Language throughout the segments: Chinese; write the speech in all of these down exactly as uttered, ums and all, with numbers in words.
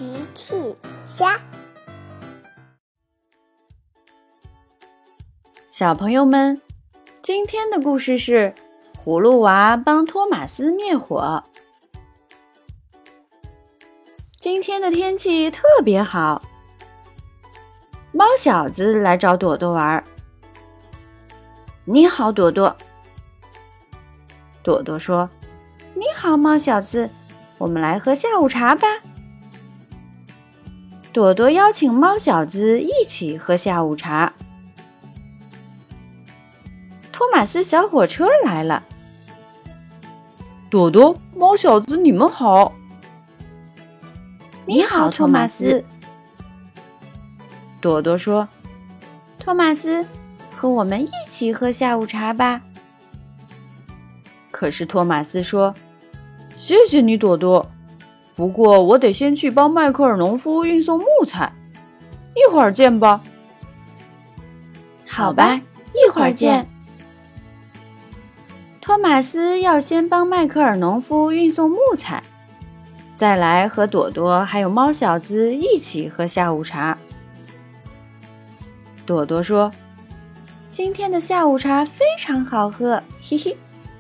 奇趣虾。 小朋友们，今天的故事是葫芦娃帮托马斯灭火。今天的天气特别好，猫小子来找朵朵玩。你好，朵朵。朵朵说：你好，猫小子，我们来喝下午茶吧。朵朵邀请猫小子一起喝下午茶。托马斯小火车来了。 朵朵，猫小子，你们好。 你好，托马斯。朵朵说：托马斯，和我们一起喝下午茶吧。可是托马斯说： 谢谢你，朵朵，不过我得先去帮迈克尔农夫运送木材，一会儿见吧。 好吧，一会儿见。托马斯要先帮迈克尔农夫运送木材，再来和朵朵还有猫小子一起喝下午茶。朵朵说：今天的下午茶非常好喝，嘿嘿。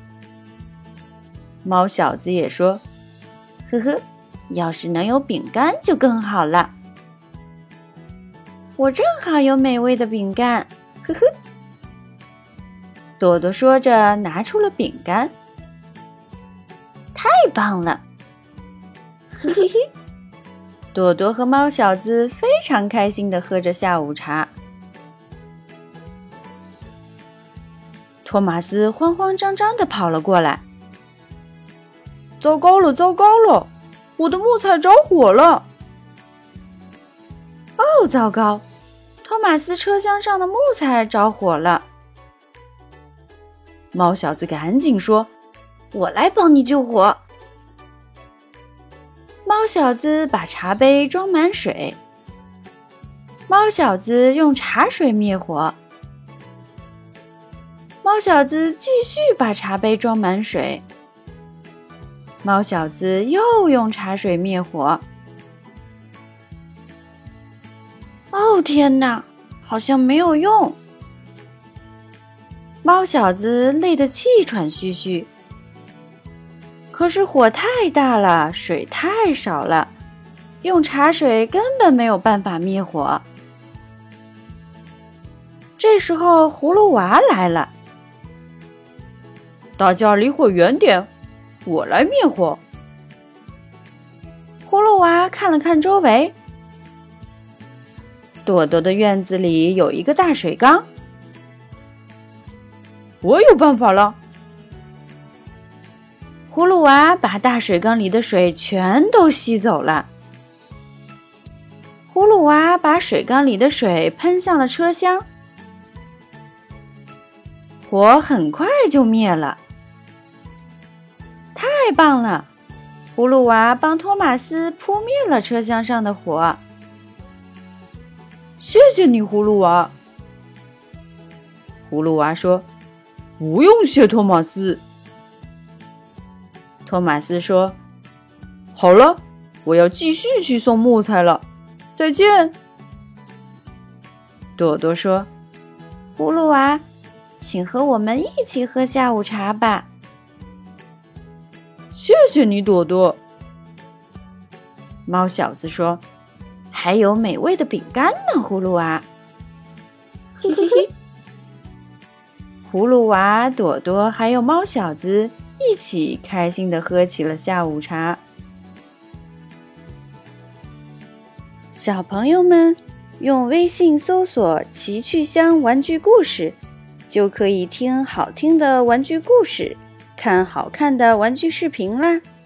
猫小子也说：呵呵，要是能有饼干就更好了。我正好有美味的饼干，呵呵。朵朵说着拿出了饼干。太棒了，嘿嘿嘿。朵朵和猫小子非常开心地喝着下午茶。托马斯慌慌张张地跑了过来。 糟糕了，糟糕了，我的木材着火了。 哦，糟糕，托马斯车厢上的木材着火了。猫小子赶紧说：我来帮你救火。猫小子把茶杯装满水，猫小子用茶水灭火。猫小子继续把茶杯装满水，猫小子又用茶水灭火。哦，天哪，好像没有用。猫小子累得气喘吁吁。可是火太大了，水太少了，用茶水根本没有办法灭火。这时候葫芦娃来了。 大家离火远点，我来灭火。 葫芦娃看了看周围，朵朵的院子里有一个大水缸。 我有办法了。 葫芦娃把大水缸里的水全都吸走了。葫芦娃把水缸里的水喷向了车厢，火很快就灭了。太棒了！葫芦娃帮托马斯扑灭了车厢上的火。 谢谢你，葫芦娃。 葫芦娃说： 不用谢，托马斯。 托马斯说： 好了，我要继续去送木材了，再见。 朵朵说：葫芦娃，请和我们一起喝下午茶吧。 谢谢你，朵朵。 猫小子说：还有美味的饼干呢，葫芦娃。嘿嘿嘿。葫芦娃、朵朵还有猫小子一起开心地喝起了下午茶。小朋友们用微信搜索奇趣箱玩具故事，就可以听好听的玩具故事，看好看的玩具视频啦。